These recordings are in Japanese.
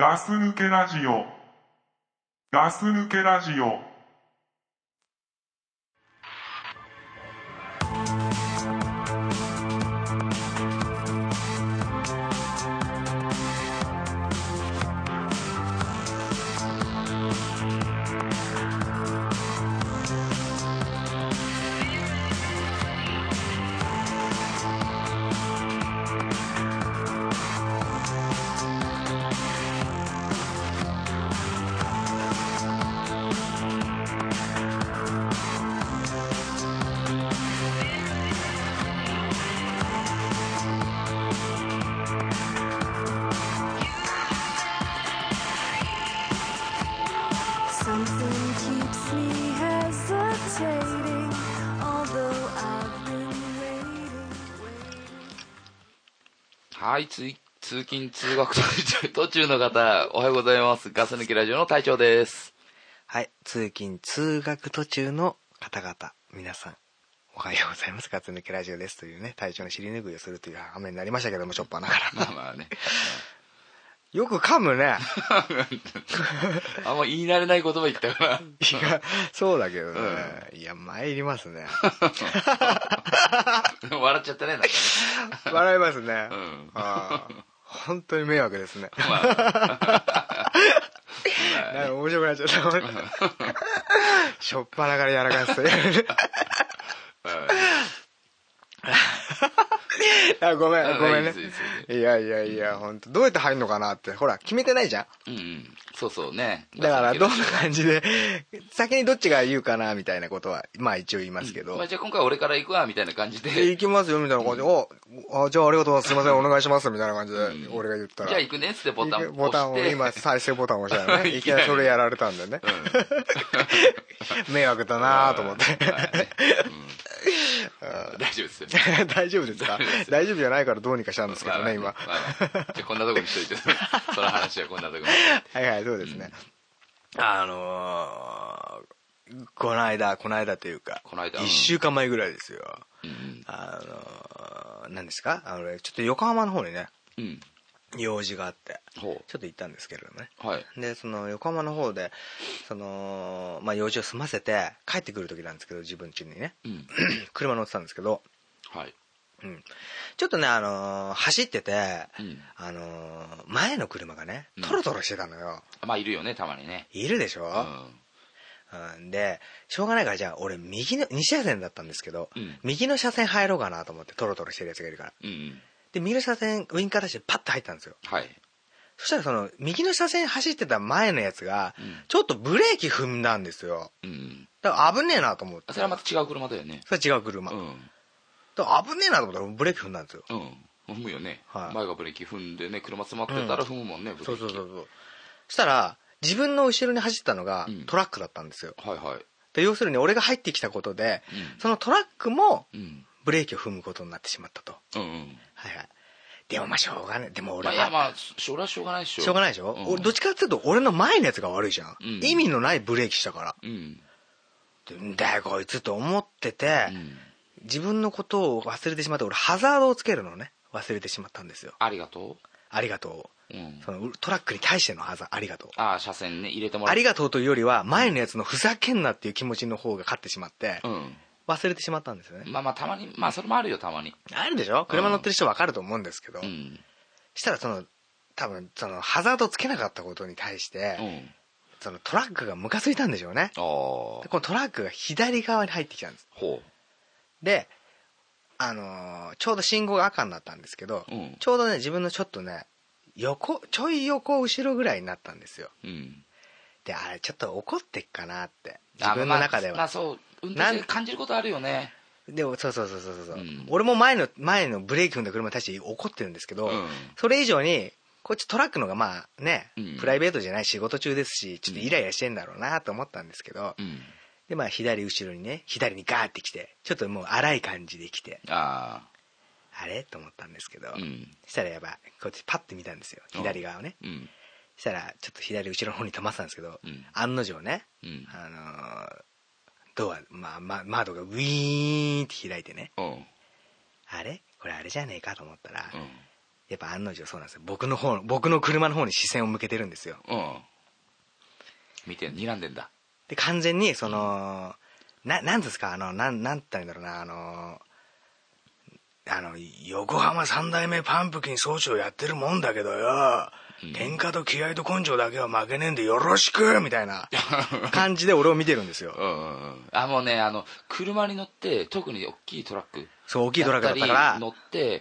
ガス抜けラジオ。ガス抜けラジオ。 はい、通勤通学途中の方、おはようございます。ガス抜きラジオの隊長です。 はい、通勤通学途中の方々、皆さんおはようございます。ガス抜きラジオですというね、隊長の尻拭いをするという羽目になりましたけども、しょっぱなからまあまあね。 よく噛むね。 あんま言い慣れない言葉言ったから。 いや、そうだけどね。いや、参りますね。 笑っちゃったね、なんかね。 笑いますね。 あ本当に迷惑ですね。 まあなんか面白くなっちゃった。しょっぱなからやらかすという。ごめんね。いや、本当どうやって入るのかなって、ほら、決めてないじゃん。 うん、そうね。 だから、どんな感じで、先にどっちが言うかな、みたいなことは、まあ一応言いますけど。 まあじゃあ今回俺から行くわ、みたいな感じで。 行きますよ、みたいな感じで、じゃあありがとうございます、すいません、お願いします、みたいな感じで、俺が言ったら。 じゃあ行くねっつってボタンを押して。 今、再生ボタンを押したよね。いきなりそれやられたんでね。迷惑だなと思って。 大丈夫ですよ。 大丈夫ですか？大丈夫じゃないからどうにかしたんですけどね、今。 じゃあこんなとこにしといて。その話はこんなとこに。 はい、そうですね。この間というか、1週間前ぐらいですよ。何ですか？ちょっと横浜の方にね、用事があって、ちょっと行ったんですけれどもね。で、その横浜の方で、まあ用事を済ませて帰ってくる時なんですけど、自分家にね、車乗ってたんですけど、ちょっとね、走ってて、前の車がね、トロトロしてたのよ。 まあいるよね、たまにね。 いるでしょ？で、しょうがないから、じゃあ俺右の2車線だったんですけど、右の車線入ろうかなと思って、トロトロしてるやつがいるから。で、右の車線ウインカー出してパッと入ったんですよ。そしたらその右の車線走ってた前のやつが、ちょっとブレーキ踏んだんですよ。だから危ねえなと思って。 それはまた違う車だよね。 それは違う車。だから危ねえなと思ったらブレーキ踏んだんですよ。 踏むよね。前がブレーキ踏んでね、車詰まってたら踏むもんね、ブレーキ。 そう。そしたら、自分の後ろに走ってたのがトラックだったんですよ。で、要するに俺が入ってきたことで、そのトラックもブレーキを踏むことになってしまったと。でもまあしょうがない。でも俺は。 いやまあ、それはしょうがないでしょ。 しょうがないでしょ？俺どっちかっていうと俺の前のやつが悪いじゃん。意味のないブレーキしたから。だよこいつと思ってて、自分のことを忘れてしまって、俺ハザードをつけるのをね、忘れてしまったんですよ。 ありがとう。そのトラックに対してのありがとう。 車線ね、入れてもらう。 ありがとうというよりは、前のやつのふざけんなっていう気持ちの方が勝ってしまって、忘れてしまったんですよね。 まあたまに、まあそれもあるよ、たまに。 あるでしょ？車乗ってる人わかると思うんですけど。したら多分ハザードつけなかったことに対して、そのトラックがムカついたんでしょうね。このトラックが左側に入ってきたんです。で、ちょうど信号が赤になったんですけど、ちょうどね、自分のちょっとね、ちょい横後ろぐらいになったんですよ。で、あれちょっと怒ってっかなって、自分の中では。 まあそう、運転して感じることあるよね。 でもそう、俺も前のブレーキ踏んだ車に対して怒ってるんですけど、それ以上にこっちトラックのがまあね、プライベートじゃない仕事中ですし、ちょっとイライラしてんだろうなと思ったんですけど、でまあ左後ろにね、左にガーって来て、ちょっともう荒い感じで来て、あれと思ったんですけど、したらやばい、こっちパッて見たんですよ、左側をね。したらちょっと左後ろの方に止まってたんですけど、案の定ね、ドア、窓がウィーンって開いてね、あれこれあれじゃねえかと思ったら、 やっぱ案の定そうなんですよ。僕の車の方に視線を向けてるんですよ。 見て睨んでんだ。 で完全にその、なんですか、なんて言ったらいいんだろうな、横浜三代目パンプキン総長やってるもんだけどよ、喧嘩と気合と根性だけは負けねえんでよろしくみたいな感じで俺を見てるんですよ。 もうね、車に乗って、特に大きいトラック、 そう大きいトラックだったから乗って、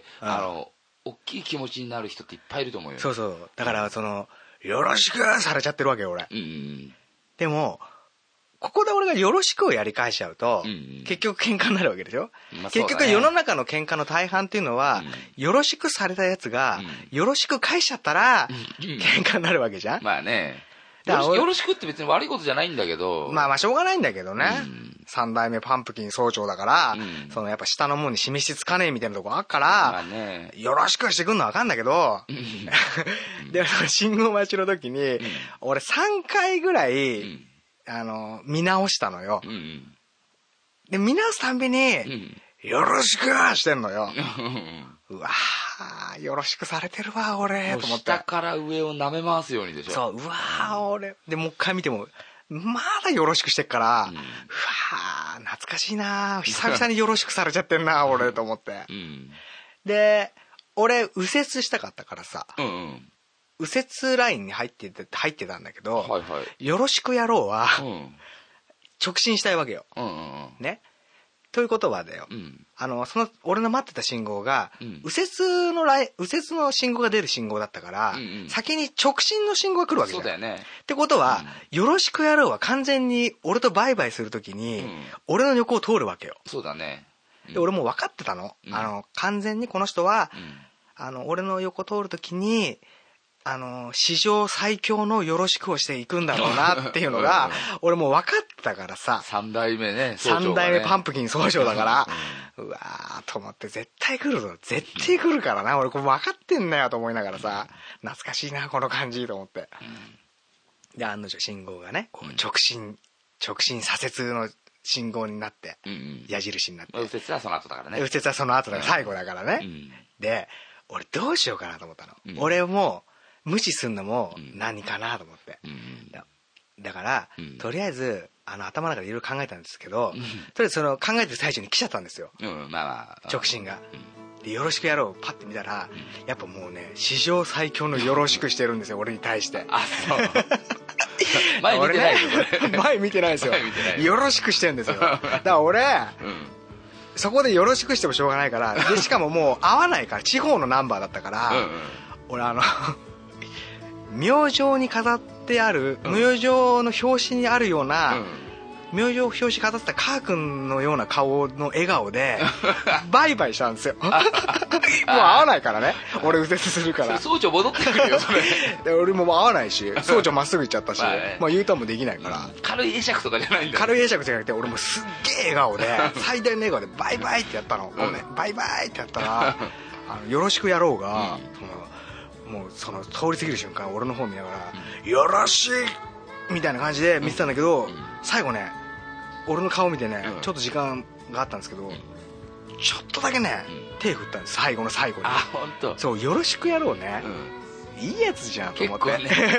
大きい気持ちになる人っていっぱいいると思うよ。 そうそう、だからそのよろしくされちゃってるわけよ俺。でもここで俺がよろしくをやり返しちゃうと、結局喧嘩になるわけでしょ。結局世の中の喧嘩の大半っていうのは、よろしくされたやつが、よろしく返しちゃったら、喧嘩になるわけじゃん。 まあね、よろしくって別に悪いことじゃないんだけど、 まあしょうがないんだけどね、三代目パンプキン総長だから、そのやっぱ下のもんに示しつかねえみたいなとこあっから、よろしくしてくんのは分かんだけど、で信号待ちの時に、俺3回ぐらい、見直したのよ。で見直すたんびに、よろしくしてんのよ。うわー、よろしくされてるわ俺と思って。 下から上を舐め回すようにでしょ。 そう、うわー俺でもう一回見てもまだよろしくしてっから、うわー懐かしいな、久々によろしくされちゃってんな俺と思って。で俺右折したかったからさ、右折ラインに入ってたんだけど、よろしくやろうは、直進したいわけよ。ね。ということはだよ、その俺の待ってた信号が、右折の信号が出る信号だったから、先に直進の信号が来るわけじゃん。 そうだよね。 ってことは、よろしくやろうは完全に俺とバイバイするときに、俺の横を通るわけよ。 そうだね。 で俺もう分かってたの。完全にこの人は、俺の横通るときに、史上最強のよろしくをしていくんだろうなっていうのが俺もう分かったからさ、 3代目ね、 3代目パンプキン総長だから、うわーと思って、絶対来るぞ、絶対来るからな、俺これ分かってんなよと思いながらさ、懐かしいなこの感じと思って、で案の定信号がねこう直進左折の信号になって、矢印になって、 右折はその後だからね。 右折はその後だから、最後だからね。で俺どうしようかなと思ったの。俺も無視すんのも何かなと思って、だから、とりあえず頭の中でいろいろ考えたんですけど、とりあえずその考えてる最中に来ちゃったんですよ、直進が。でよろしくやろうパッて見たら、やっぱもうね史上最強のよろしくしてるんですよ俺に対して。 あ、そう前見てないよ、 ね、前見てないですよ。よろしくしてるんですよ。だから俺、そこでよろしくしてもしょうがないから、でしかももう合わないから、地方のナンバーだったから、俺明星に飾ってある、明星の表紙にあるような、明星表紙飾ってたカー君のような顔の笑顔でバイバイしたんですよ。もう合わないからね、俺右折するから。 総長戻ってくるよそれ。 で俺も合わないし、総長まっすぐ行っちゃったし、まあ U ターンもできないから、 軽い会釈とかじゃないんだ。 軽い会釈じゃなくて、俺もすっげえ笑顔で最大の笑顔でバイバイってやったの。バイバイってやったら、よろしくやろうが、もうその通り過ぎる瞬間俺の方見ながら、よろしいみたいな感じで見てたんだけど、最後ね俺の顔見てね、ちょっと時間があったんですけど、ちょっとだけね、手振ったんです、最後の最後に。 あ、本当。 そう、よろしくやろうね、いいやつじゃんと思って、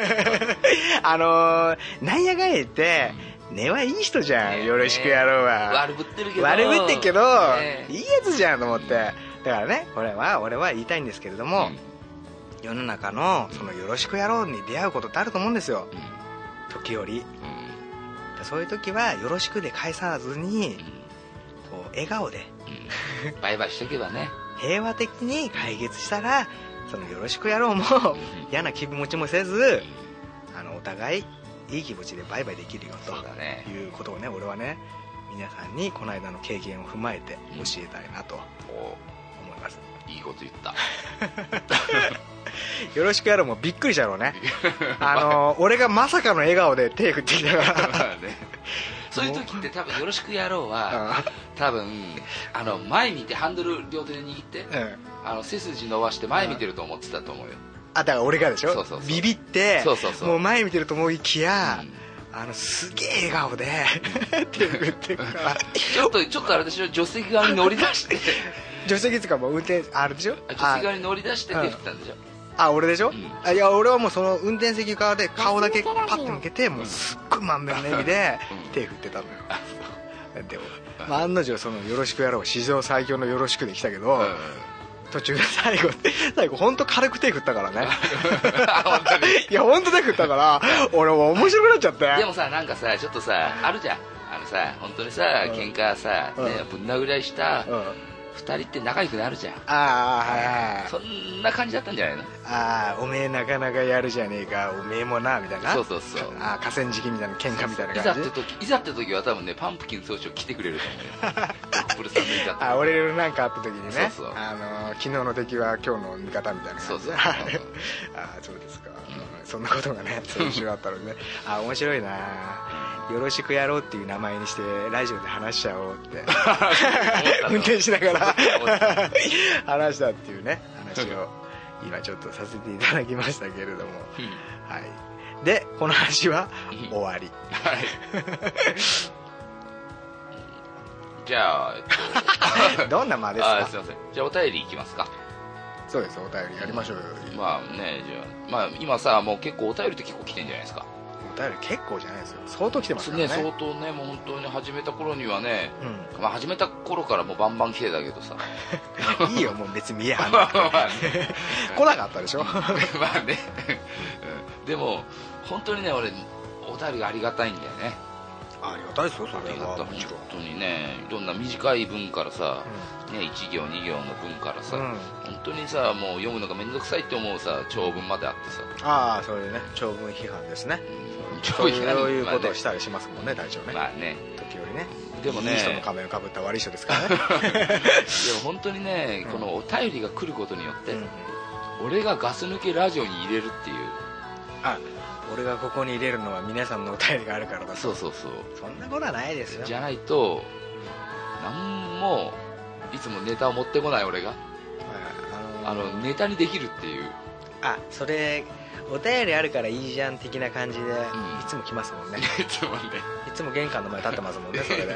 なんやかんや言って根はいい人じゃん、よろしくやろうは。 悪ぶってるけど、 悪ぶってるけど、いいやつじゃんと思って、だからね、俺は言いたいんですけれども、世の中のそのよろしくやろうに出会うことってあると思うんですよ、時折。そういう時はよろしくで返さずに、こう笑顔で、 バイバイしとけばね、 平和的に解決したら、そのよろしくやろうも嫌な気持ちもせず、お互いいい気持ちでバイバイできるよということをね、俺はね皆さんにこの間の経験を踏まえて教えたいなと思います。 いいこと言った。 よろしくやろうもびっくりしたろうね。俺がまさかの笑顔で手振ってきたからそういう時って多分よろしくやろうは多分前見てハンドル両手で握って、背筋伸ばして前見てると思ってたと思うよ。 だから俺がでしょ、ビビって、もう前見てると思いきや、すげえ笑顔で手振ってるから、 ちょっとあれでしょ、助手席側に乗り出して助手席つかもう運転あれでしょ、 助手席側に乗り出して手振ったんでしょ、 俺でしょ、いや俺はもうその運転席側で顔だけパッて向けて、もうすっごい満面の笑みで手振ってたのよ。でも、案の定そのよろしくやろう史上最強のよろしくできたけど、途中で最後本当軽く手振ったからね。いや本当手振ったから俺も面白くなっちゃって。 でもさ、なんかさ、ちょっとさ、あるじゃん、本当にさ、喧嘩さ、ぶん殴り合いした2人って仲良くなるじゃん。そんな感じだったんじゃないの。おめえなかなかやるじゃねえか、おめえもなみたいな。そう河川敷みたいな喧嘩みたいな感じ。いざって時は多分ね、パンプキン総長来てくれると思うよ。プルさんのいざって。俺のなんかあった時にね、昨日の敵は今日の味方みたいな感じで。そうですか。そんなことがね先週あったのでね、面白いな、よろしくやろうっていう名前にしてラジオで話しちゃおうって運転しながら話したっていうね話を今ちょっとさせていただきましたけれども、はい、でこの話は終わり。 じゃあ、 どんな間ですか。 すいません、じゃあお便りいきますか。 そうです、お便りやりましょうよ。 まあね、じゃあ、今さ、もう結構お便りって結構来てんじゃないですか。 お便り結構じゃないですよ、相当来てますからね。 相当ね、もう本当に始めた頃にはね、始めた頃からもうバンバン来てたけどさ。 いいよ、もう別に見えはんなくて来なかったでしょ。まあね。でも本当にね、俺お便りがありがたいんだよね。 ありがたいですよ、それは。 本当にね、いろんな短い文からさ、1行2行の文からさ、本当にさ、もう読むのが面倒くさいって思うさ長文まであってさ。それね、長文批判ですね。そういうことをしたりしますもんね、隊長ね。 まあね、 時折ね。 でもね、 いい人の仮面をかぶった悪い人ですからね。 でも本当にね、このお便りが来ることによって、俺がガス抜けラジオに入れるっていう。 俺がここに入れるのは皆さんのお便りがあるからだと。そう。そんなことはないですよ。 じゃないと何もいつもネタを持ってこない俺が、ネタにできるっていう。 それお便りあるからいいじゃん的な感じで、いつも来ますもんね。いつも玄関の前立ってますもんね、それで。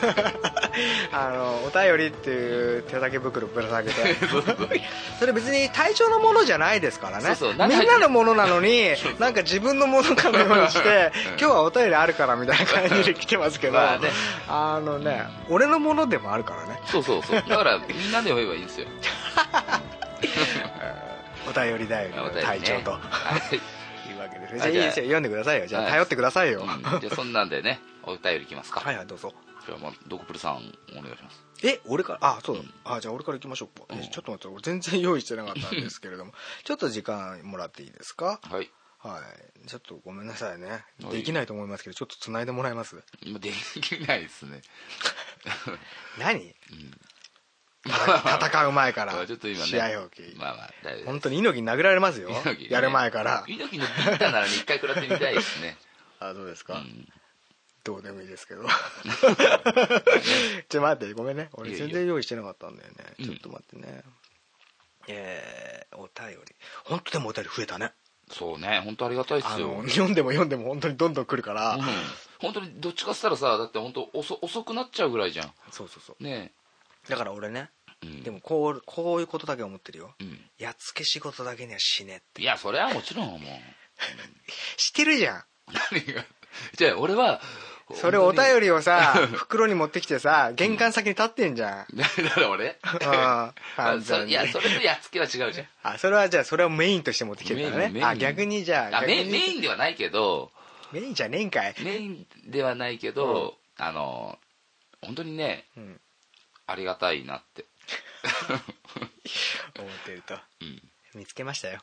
お便りっていう手提げ袋ぶら下げてそれ別に隊長のものじゃないですからね。みんなのものなのになんか自分のものかのようにして今日はお便りあるからみたいな感じで来てますけど、俺のものでもあるからね。 そうだからみんなで読めばいいんですよ。 お便りだよ、隊長というわけですね。じゃあいいですよ、読んでくださいよ。じゃあ頼ってくださいよ。 じゃあそんなんでね、お便りいきますか。 はい、どうぞ。 じゃあドクプルさんお願いします。 俺からそうだ、じゃあ俺からいきましょうか。ちょっと待って、俺全然用意してなかったんですけれどもちょっと時間もらっていいですか。はい、ちょっとごめんなさいね。できないと思いますけどちょっと繋いでもらえます。 できないですね。 何、戦う前から試合放棄。本当に猪木に殴られますよ、やる前から。 猪木のビンタなら一回食らってみたいですね。 どうですか。どうでもいいですけどちょっと待って、ごめんね、俺全然用意してなかったんだよね。ちょっと待ってね。お便り本当でもお便り増えたね。 そうね、本当ありがたいですよ。 読んでも本当にどんどん来るから、 本当にどっちかっつったらさ、だって本当遅くなっちゃうぐらいじゃん。そうね。だから俺ね、でもこういうことだけ思ってるよ。やっつけ仕事だけには死ねって。 いや、それはもちろんもうしてるじゃん。 何が。じゃあ俺はそれお便りをさ袋に持ってきてさ玄関先に立ってんじゃん。 だから俺いや、それとやっつけは違うじゃん。 それはじゃあそれをメインとして持ってきてるからね。逆にじゃあメインではないけど。 メインじゃねえんかい。 メインではないけど、本当にね、ありがたいなって思ってると、見つけましたよ。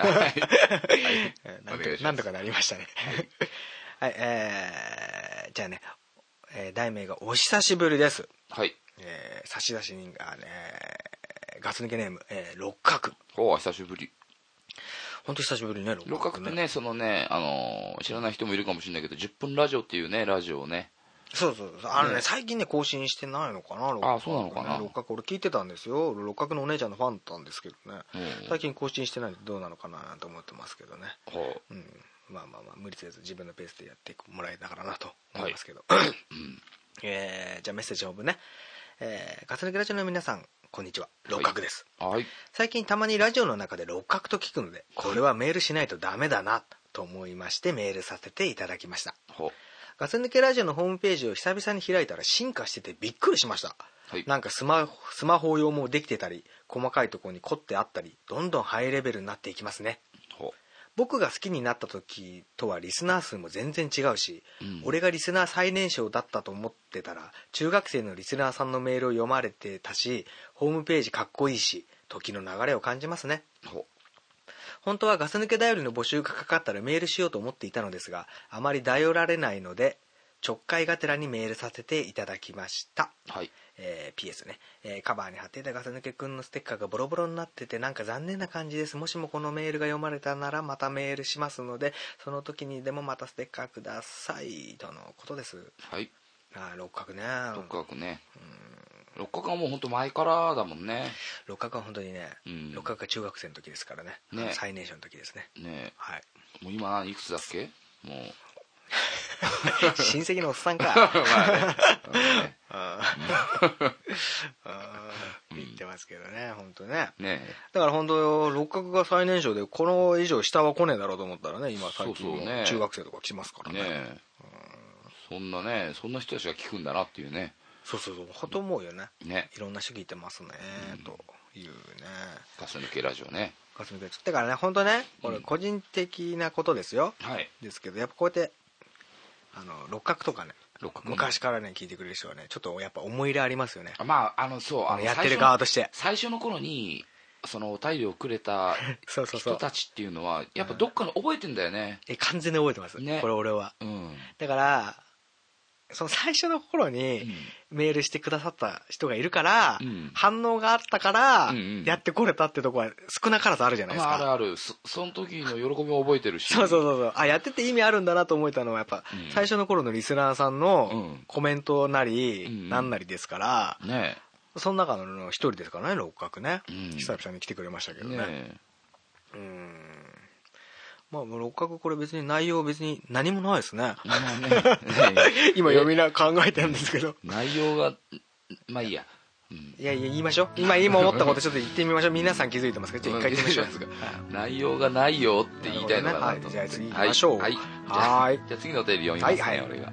なんとかなりましたね。はい、じゃあね、題名がお久しぶりです。はい。差出人がね、ガス抜けネーム、六角。 久しぶり。 本当久しぶりね、 六角ってね、そのね、知らない人もいるかもしれないけど、10分ラジオっていうね、ラジオをね。 そう最近ね更新してないのかな。 そうなのかな。 六角俺聞いてたんですよ。六角のお姉ちゃんのファンだったんですけどね、最近更新してないんでどうなのかなと思ってますけどね。まあ無理せず自分のペースでやってもらえたからなと思いますけど、じゃあメッセージ本文ね。ガス抜けラジオの皆さん、 こんにちは、六角です、 はい、 最近たまにラジオの中で六角と聞くので、これはメールしないとダメだなと思いましてメールさせていただきました。ガス抜けラジオのホームページを久々に開いたら進化しててびっくりしました。はい、なんかスマホ用もできてたり、細かいところに凝ってあったり、どんどんハイレベルになっていきますね。僕が好きになった時とはリスナー数も全然違うし、俺がリスナー最年少だったと思ってたら中学生のリスナーさんのメールを読まれてたし、ホームページかっこいいし、時の流れを感じますね。本当はガス抜けだよりの募集がかかったらメールしようと思っていたのですが、あまり頼られないのでちょっかいがてらにメールさせていただきました。はい、PS ね、カバーに貼っていたガス抜けくんのステッカーがボロボロになっててなんか残念な感じです。もしもこのメールが読まれたならまたメールしますので、その時にでもまたステッカーくださいとのことです。はい。六角ね。 六角ね。六角はもう本当前からだもんね。 六角は本当にね、六角が中学生の時ですからね。最年少の時ですね。ね。はい。 もう今いくつだっけ？もう親戚のおっさんか。言ってますけどね、本当ね。だから本当六角が最年少でこの以上下は来ねえだろうと思ったらね、今最近の中学生とか来ますからね。 そんな人たちが聞くんだなっていうね。 そうほと思うよね。いろんな人聞いてますねというね。 ガス抜けラジオね。 ガス抜けだからね、本当ね、これ個人的なことですよ。ですけどやっぱこうやって六角とかね、昔からね聞いてくれる人はね、ちょっとやっぱ思い入れありますよね。 まあそうやってる側として最初の頃にそのお便りをくれた人たちっていうのはやっぱどっかの覚えてんだよね。 完全に覚えてます、これ俺は。だからその最初の頃にメールしてくださった人がいるから、反応があったからやってこれたってとこは少なからずあるじゃないですか。 ある。その時の喜びも覚えてるし。 そうやってて意味あるんだなと思えたのはやっぱ最初の頃のリスナーさんのコメントなりなんなりですから、その中の一人ですからね、六角ね。久々に来てくれましたけどね。まあ六角これ別に内容別に何もないですね。今読みな考えてるんですけど。 内容がまあいいや。 いや言いましょう。今思ったことちょっと言ってみましょう。皆さん気づいてますか？ちょっと一回言ってみましょう。 内容がないよって言いたいのかなと。 じゃあ次行きましょう。 はい。じゃあ次のお便り読みますね、俺が。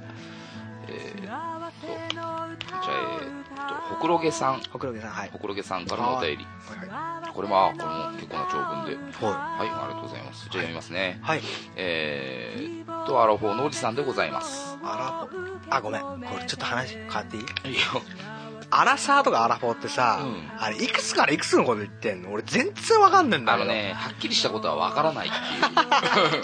じゃあほくろげさん。ほくろげさんからのお便り。これも結構な長文で、はい、ありがとうございます。じゃあ読みますね。はい。アラフォーのおじさんでございます。 アラフォー、ごめん、これちょっと話変わっていい？いいよ。アラサーとかアラフォーってさ、あれいくつからいくつのこと言ってんの？俺全然わかんねえんだけど。 はっきりしたことはわからないっていう。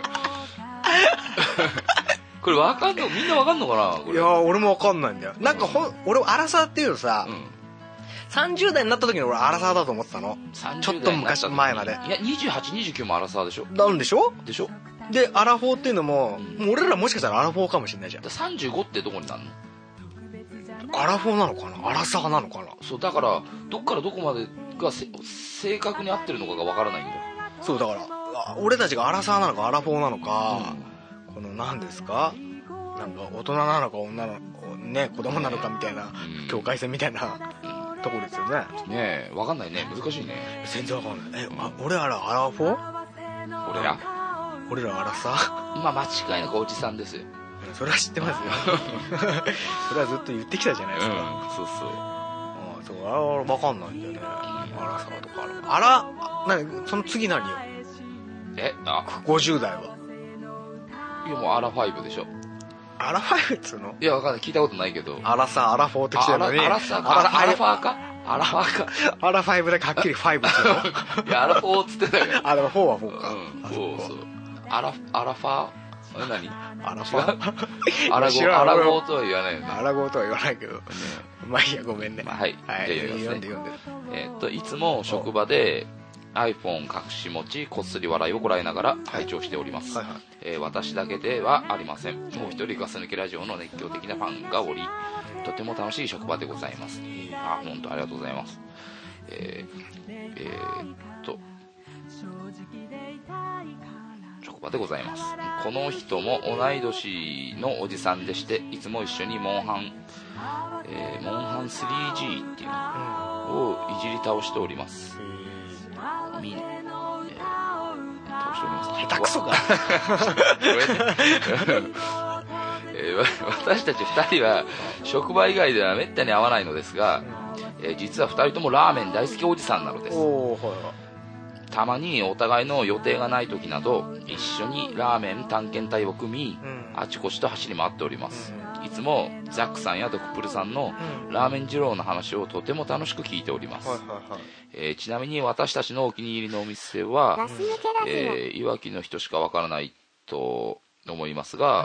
これわかんの？みんなわかんのかな？ いや俺もわかんないんだよ。なんか俺アラサーっていうのさ、30代になった時に俺アラサーだと思ってたの。ちょっと昔前まで。いや 28、29もアラサーでしょ。 なんでしょでアラフォーっていうのも、もう俺らもしかしたらアラフォーかもしれないじゃん。 35ってどこになるの？ アラフォーなのかな、アラサーなのかな。 そうだからどっからどこまでが正確に合ってるのかがわからないんだよ。 そうだから俺たちがアラサーなのかアラフォーなのか、この何ですか、なんか大人なのか女のね子供なのかみたいな、境界線みたいなところですよね。 ねえ、わかんないね、難しいね。 全然わかんない。俺らアラフォー？俺らアラサー？ まあ間違いなくおじさんですよ。 それは知ってますよ。それはずっと言ってきたじゃないですか。そうわかんないんだよね。アラサーとかその次何よ。50代は。 いやもうアラファイブでしょ。 アラファイブっつうの？ いやわかんない、聞いたことないけど。 アラサーアラフォーって来てるのに。 アラファーかアラファーか。 アラファイブだけはっきりファイブっつうの。いやアラフォーっつってたよ。 あ、でも4は4か。 そうアラファー？何？ アラファー？ アラゴーとは言わないよね。 アラゴーとは言わないけど。まあいいや、ごめんね。 はい。じゃあ読んで。いつも職場でiPhone 隠し持ちこっそり笑いをこらえながら拝聴しております。私だけではありません。もう一人ガス抜けラジオの熱狂的なファンがおり、とても楽しい職場でございます。本当ありがとうございます。職場でございます。この人も同い年のおじさんでして、いつも一緒にモンハン 3G っていうのををいじり倒しております。倒しております。 下手くそか私たち2人は職場以外ではめったに会わないのですが、実は2人ともラーメン大好きおじさんなのです。たまにお互いの予定がない時など一緒にラーメン探検隊を組み、あちこちと走り回っております。いつもザックさんやドクプルさんのラーメン二郎の話をとても楽しく聞いております。ちなみに私たちのお気に入りのお店は、いわきの人しかわからないと思いますが、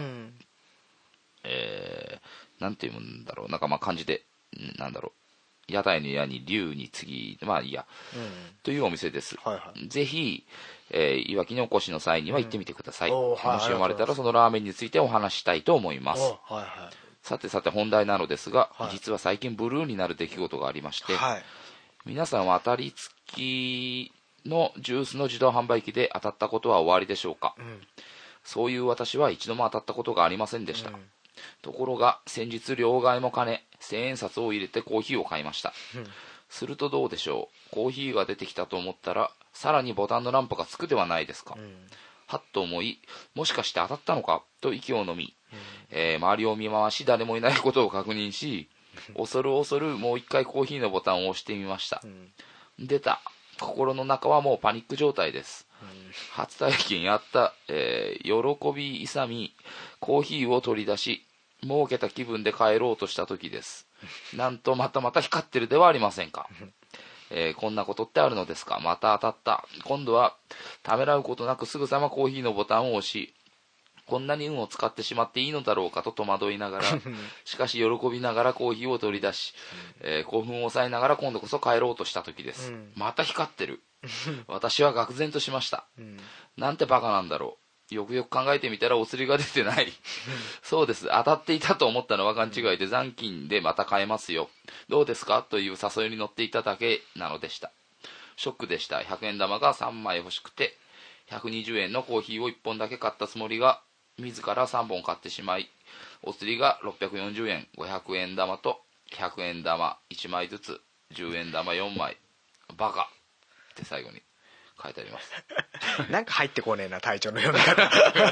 なんていうんだろう、なんかまあ漢字でなんだろう、屋台の屋に龍に次、まあいいや、というお店です。ぜひ、いわきにお越しの際には行ってみてください。もし読まれたらそのラーメンについてお話したいと思います。さてさて本題なのですが、実は最近ブルーになる出来事がありまして、皆さんは当たり付きのジュースの自動販売機で当たったことはおありでしょうか。そういう私は一度も当たったことがありませんでした。ところが先日両替も兼ね1000円札を入れてコーヒーを買いました。するとどうでしょう、コーヒーが出てきたと思ったらさらにボタンのランプがつくではないですか。はっと思い、もしかして当たったのかと息を飲み、周りを見回し誰もいないことを確認し、恐る恐るもう一回コーヒーのボタンを押してみました。出た。心の中はもうパニック状態です。初体験やった、喜び勇みコーヒーを取り出し儲けた気分で帰ろうとした時です。なんとまた光ってるではありませんか。こんなことってあるのですか。また当たった。今度はためらうことなくすぐさまコーヒーのボタンを押し、こんなに運を使ってしまっていいのだろうかと戸惑いながらしかし喜びながらコーヒーを取り出し、興奮を抑えながら今度こそ帰ろうとした時です。また光ってる。私は愕然としました。なんてバカなんだろう。よくよく考えてみたらお釣りが出てない。そうです、当たっていたと思ったのは勘違いで、残金でまた買えますよ、どうですかという誘いに乗っていただけなのでした。ショックでした。100円玉が3枚欲しくて120円のコーヒーを1本だけ買ったつもりが自ら3本買ってしまい、お釣りが640円、500円玉と100円玉1枚ずつ、10円玉4枚、バカって最後に書いてあります。 なんか入ってこねえな、隊長の読み方。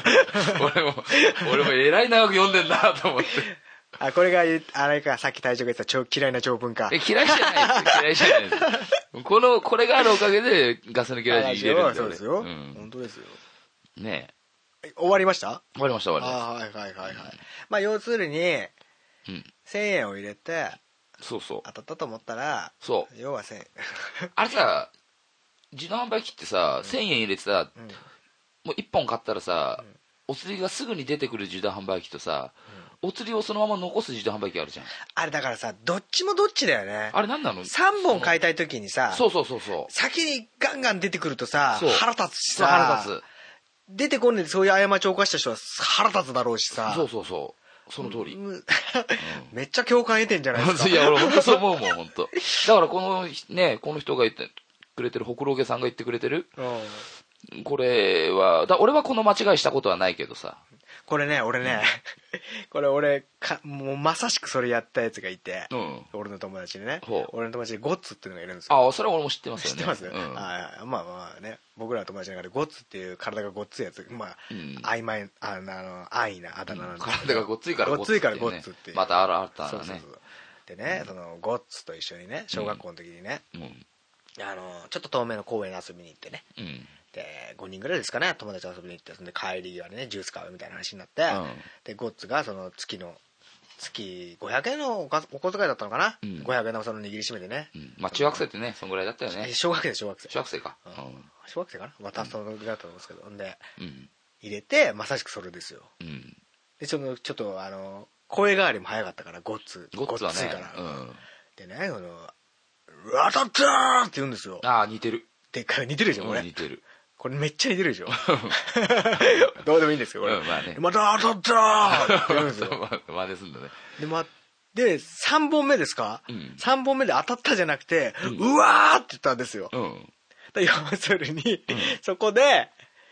俺もえらい長く読んでんなと思って。 これがあれか、さっき隊長が言った嫌いな長文か。 嫌いじゃないです。嫌いじゃないです。これがあるおかげでガス抜きラジ入れるんで。 そうですよ。本当ですよ。 ねえ。 終わりました？ 終わりました。 はい。まあ要するに1000円を入れて、 そう当たったと思ったら、要は1000円。 あれさ、自動販売機ってさ、1000円入れてさ、もう1本買ったらさ、お釣りがすぐに出てくる自動販売機とさ、お釣りをそのまま残す自動販売機あるじゃん。あれだからさ、どっちもどっちだよね。 あれなんなの ？3本買いたい時にさ、 そう先にガンガン出てくるとさ、腹立つしさ、 腹立つ。 出てこんねでそういう過ちを犯した人は腹立つだろうしさ。 そうその通り。 めっちゃ共感得てんじゃないですか。 いや、俺本当そう思うもん、本当。だからこの人が言ってくれてる、ほくろげさんが言ってくれてる、これは俺はこの間違いしたことはないけどさ、 これね、俺もうまさしくそれやったやつがいて、俺の友達でね、俺の友達でゴッツっていうのがいるんですよ。 それは俺も知ってますよね。 知ってます？まあね、僕らの友達の中でゴッツっていう体がごっついやつ、曖昧安易なあだ名なんですけど、 体がごっついからゴッツっていう、また新たなね。 でね、そのゴッツと一緒にね、小学校の時にね、ちょっと遠めの公園に遊びに行ってね、で5人ぐらいですかね、友達と遊びに行って、そんで帰り際でねジュース買うみたいな話になって、でゴッツがその月500円のお小遣いだったのかな、500円のその握りしめてね、 まあ中学生ってねそんぐらいだったよね。 小学生か、小学生かな、私そのぐらいだったと思うんですけど、んで入れて、まさしくそれですよ。でちょっと声変わりも早かったから、ゴッツはね、でね、当たったーって言うんですよ。 似てる。 でっかい、似てるでしょこれ。 似てる。 これめっちゃ似てるでしょ。どうでもいいんですけど、これ。また当たったーって言うんですよ。 真似すんだね。 で3本目ですか、3本目で当たったじゃなくて、うわーって言ったんですよ。要するに、そこで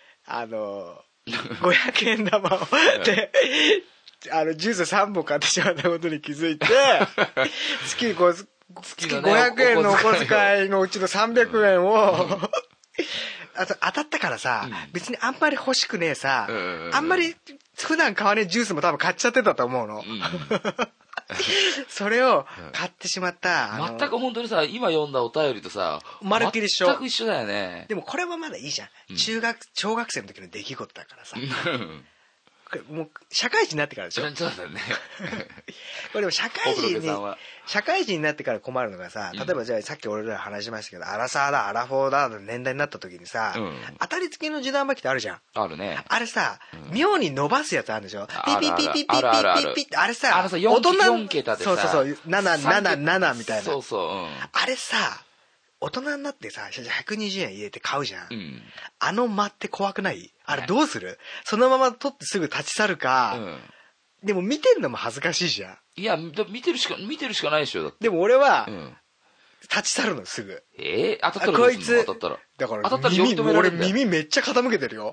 500円玉をでジュース3本買ってしまったことに気づいて、月に500 月500円のお小遣いのうちの300円を当たったからさ、別にあんまり欲しくねえさ、あんまり普段買わねえジュースも多分買っちゃってたと思うの。それを買ってしまった。 全く本当にさ、今読んだお便りとさ、 まるっきり一緒。 全く一緒だよね。 でもこれはまだいいじゃん。小学生の時の出来事だからさ。もう社会人になってからでしょ。 そうだよね。 これでも社会人になってから困るのがさ、例えばじゃあさっき俺ら話しましたけど、アラサーだアラフォーだの年代になった時にさ、当たり付きの受談巻きってあるじゃん。 あるね。 あれさ、妙に伸ばすやつあるでしょ。ピピピピピピピピってあれさ、 大人4桁でさ、 そう777みたいな。 そうそう。 あれさ、大人になってさ、120円入れて買うじゃん。あの間って怖くない？あれどうする？そのまま取ってすぐ立ち去るか、でも見てるのも恥ずかしいじゃん。 いや、見てるしかないでしょ、だって。 でも俺は、立ち去るのすぐ。 当たったらこいつ、 当たったら。 だから俺耳めっちゃ傾けてるよ。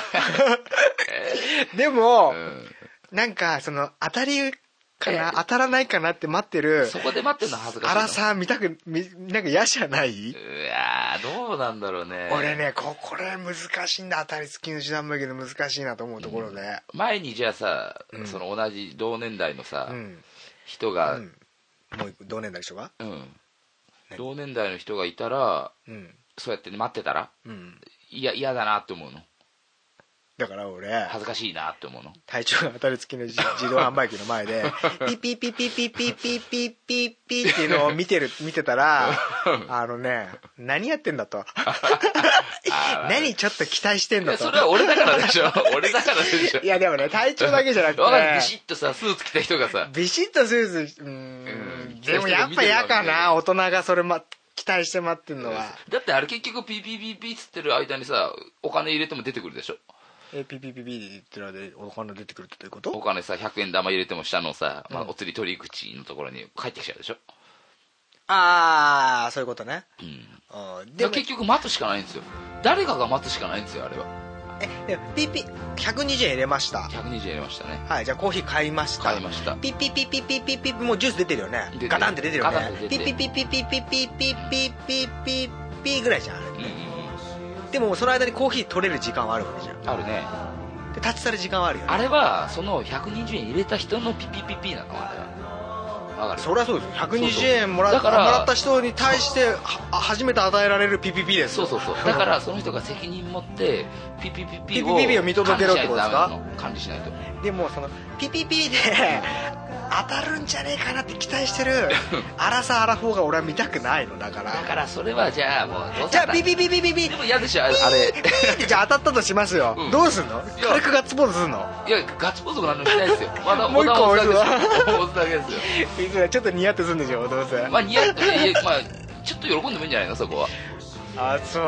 でも、なんかその当たりかな当たらないかなって待ってる。 そこで待ってるの恥ずかしい。 あらさなんか嫌じゃない？ いやどうなんだろうね。 俺ねこれ難しいんだ。当たり付きの受談巻きの難しいなと思うところで、 前にじゃあさ、その同じ同年代のさ、人が、 もう同年代の人が、 同年代の人がいたら、そうやって待ってたら、嫌だなって思うの。 だから俺恥ずかしいなって思うの。 体調が当たり付きの自動販売機の前でピピピピピピピピピピっていうのを見てたら何やってんだと何ちょっと期待してんだと。 それは俺だからでしょ。俺だからでしょ。 いやでもね体調だけじゃなくてビシッとさスーツ着た人がさビシッとスーツでもやっぱ嫌かな。大人がそれ期待して待ってんのは。 だってあれ結局ピピピピっつってる間にさお金入れても出てくるでしょ。 ピピピピって言ってる間でお金出てくるってどういうこと？ お金さ100円玉入れても下のさ、お釣り取り口のところに帰ってきちゃうでしょ。 ああそういうことね。 でも結局待つしかないんですよ。誰かが待つしかないんですよあれは。 でもピピ120円入れました。 120円入れましたね。 はいじゃあコーヒー買いました。ピピピピピピピもうジュース出てるよね。ガタンって出てるよね。ピピピピピピピピピピピピピぐらいじゃん。でもその間にコーヒー取れる時間はあるわけじゃん。 あるね。 で立ち去る時間はあるよね。 あれはその120円入れた人のピピピピなのあれは。分かる。 そりゃそうですよ。120円もらった人に対して初めて与えられるピピピです。 そうだからその人が責任持ってピピピピを見届けろってことですか？ 管理しないと。 でもそのピピピで当たるんじゃねえかなって期待してるアラサアラフォーが俺は見たくないの。だからそれはじゃあもうじゃあピピピピピピでも嫌でしょあれじゃあ当たったとしますよ。どうすんの？軽くガッツポーズすんの？ いやガッツポーズも何もしないですよ。まだもう一個押すだけですよ。 ちょっと似合ってすんでしょどうせ。 まあ似合ってちょっと喜んでもいいんじゃないのそこは。 そう、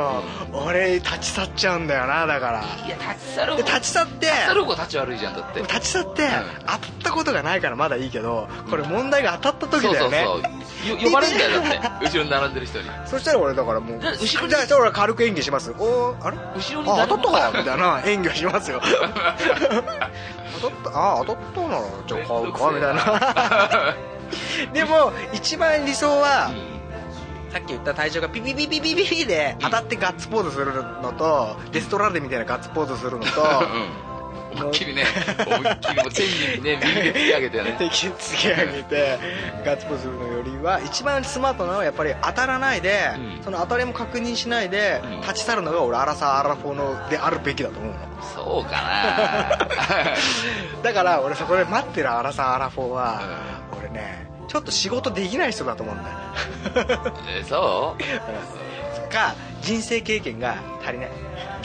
俺立ち去っちゃうんだよな。だからいや立ち去る立ち去って立ち悪いじゃん。だって立ち去って、当たったことがないからまだいいけど、これ問題が当たった時だよね。 そう呼ばれるんだよだって後ろに並んでる人に。 そしたら俺だからもう後ろにじゃあ俺軽く演技します。あれ後ろに当たったかみたいな演技をしますよ。当たったならじゃあ買うかみたいな。でも一番理想はさっき言った体調がピピピピピピピで当たってガッツポーズするのと、デストラーデみたいなガッツポーズするのと、 思いっきりね天にね右で突き上げてね突き上げてガッツポーズするのよりは一番スマートなのはやっぱり当たらないで、その当たりも確認しないで立ち去るのが俺アラサーアラフォーのであるべきだと思うの。 そうかな。 だから俺そこで待ってるアラサーアラフォーは、俺ねちょっと仕事できない人だと思うんだよ。 そうか人生経験が足りない。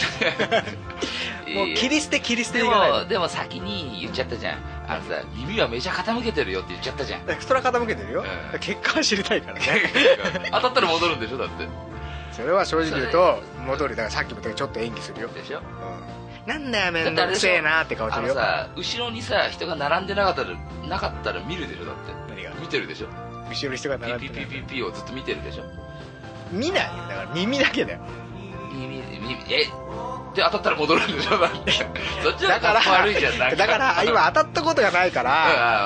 もう切り捨ていかない。 でも先に言っちゃったじゃん。さ耳はめちゃ傾けてるよって言っちゃったじゃん。 それは傾けてるよ、結果は知りたいからね。 当たったら戻るんでしょだって。 それは正直言うと戻りだからさっきも言ったけどちょっと演技するよ。 でしょ、 なんだよめんどくせえなって顔するよ。 後ろにさ人が並んでなかったら見るでしょだって。何が見てるでしょ。 後ろに人が並んでピピピピピをずっと見てるでしょ。 見ないよだから耳だけだよ。 耳で当たったら戻るんでしょだって。そっちはかっこ悪いじゃん。 だから今当たったことがないから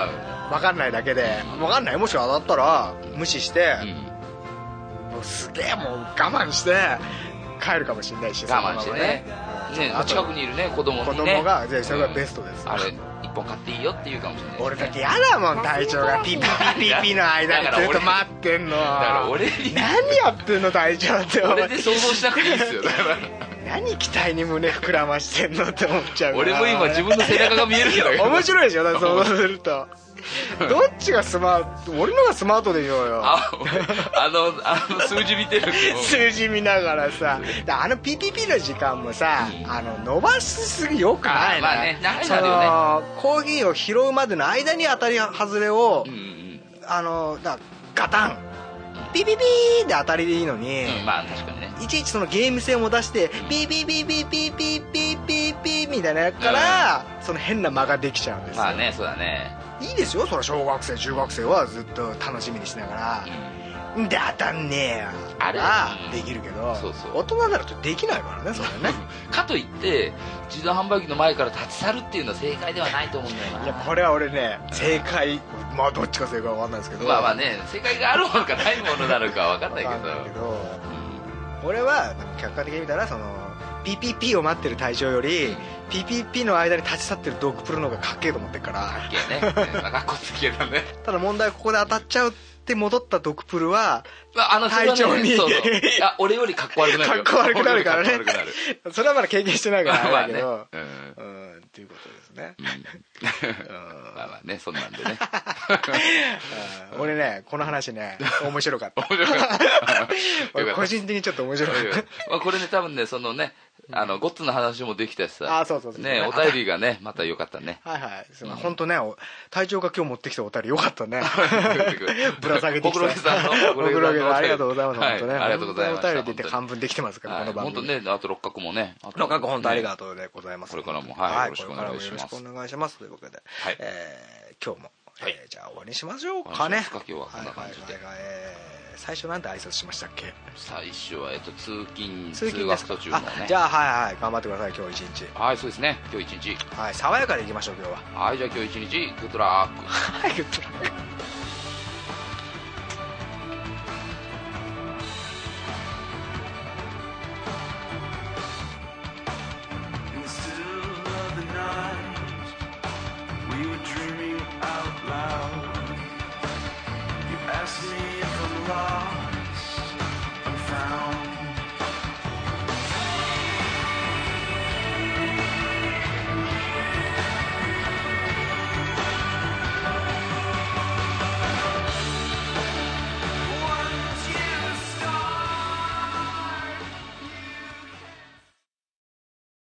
分かんないだけで、分かんない、もし当たったら無視して、もうすげえもう我慢して帰るかもしれないし、 我慢してね、近くにいるね子供にね、 子供がそれがベストです、 あれ一本買っていいよって言うかもしれない、 俺だって嫌だもん、隊長がピピピピピの間にずっと待ってんの。だから俺に何やってんの隊長って。 俺で想像しなくていいですよ。だから何期待に胸膨らましてんのって思っちゃうから。 俺も今自分の背中が見えるけど面白いでしょ、だからそうするとどっちがスマート、俺のがスマートでしょうよ。 数字見てる数字見ながらさ、PPP の時間もさ、伸ばしすぎよくないな。 まあね、長いなるよね。 コーヒーを拾うまでの間に当たり外れを、ガタンピピピーで当たりでいいのに、 まあ確かにね、 いちいちそのゲーム性も出してピピピピピピピピピみたいなやつから、その変な間ができちゃうんですよ。 まあね、そうだね、 いいですよ、それ小学生中学生はずっと楽しみにしながら、で当たんねえよあれできるけど、大人になるとできないからね、それねかといって自動販売機の前から立ち去るっていうのは正解ではないと思うんだよな。 いや、これは俺ね、正解、まあどっちか正解は分かんないですけど、 まあまあね、正解があるものかないものなのか分かんないけど、 俺は客観的に見たら、その PPP を待ってる対象より、PPP の間に立ち去ってるドッグプロの方がかっけえと思ってるから。 かっけえね、かっこつけだね。 ただ問題はここで当たっちゃうって戻ったドッグプルは、 隊長に俺よりかっこ悪くなる。 かっこ悪くなるからね。それはまだ経験してないからあれだけど、っていうことですね。 まあまあね、そんなんでね。 俺ね、この話ね、面白かった。俺個人的にちょっと面白かった。 これね、多分ね、そのね、ゴッツの話もできたしさ、ね、お便りがね、また良かったね。 はいはい、本当ね、隊長が今日持ってきたお便り良かったね。ぶら下げてきた。 ご苦労さんの、 ご苦労さん、ありがとうございます。本当ね、 ありがとうございます。 お便り出て半分できてますから、この番組。 本当ね、あと6画もね、 6画本当ありがとうでございます。 これからも、よろしくお願いします。 よろしくお願いしますということで、今日もじゃあ終わりにしましょうかね。 今日はこんな感じで。 最初なんで挨拶しましたっけ？ 最初は通学途中のね。 じゃあはい頑張ってください、今日一日。 はい、そうですね、今日一日。 はい、爽やかでいきましょう今日は。 はい、じゃあ今日一日グッドラック。 はい、グッドラック。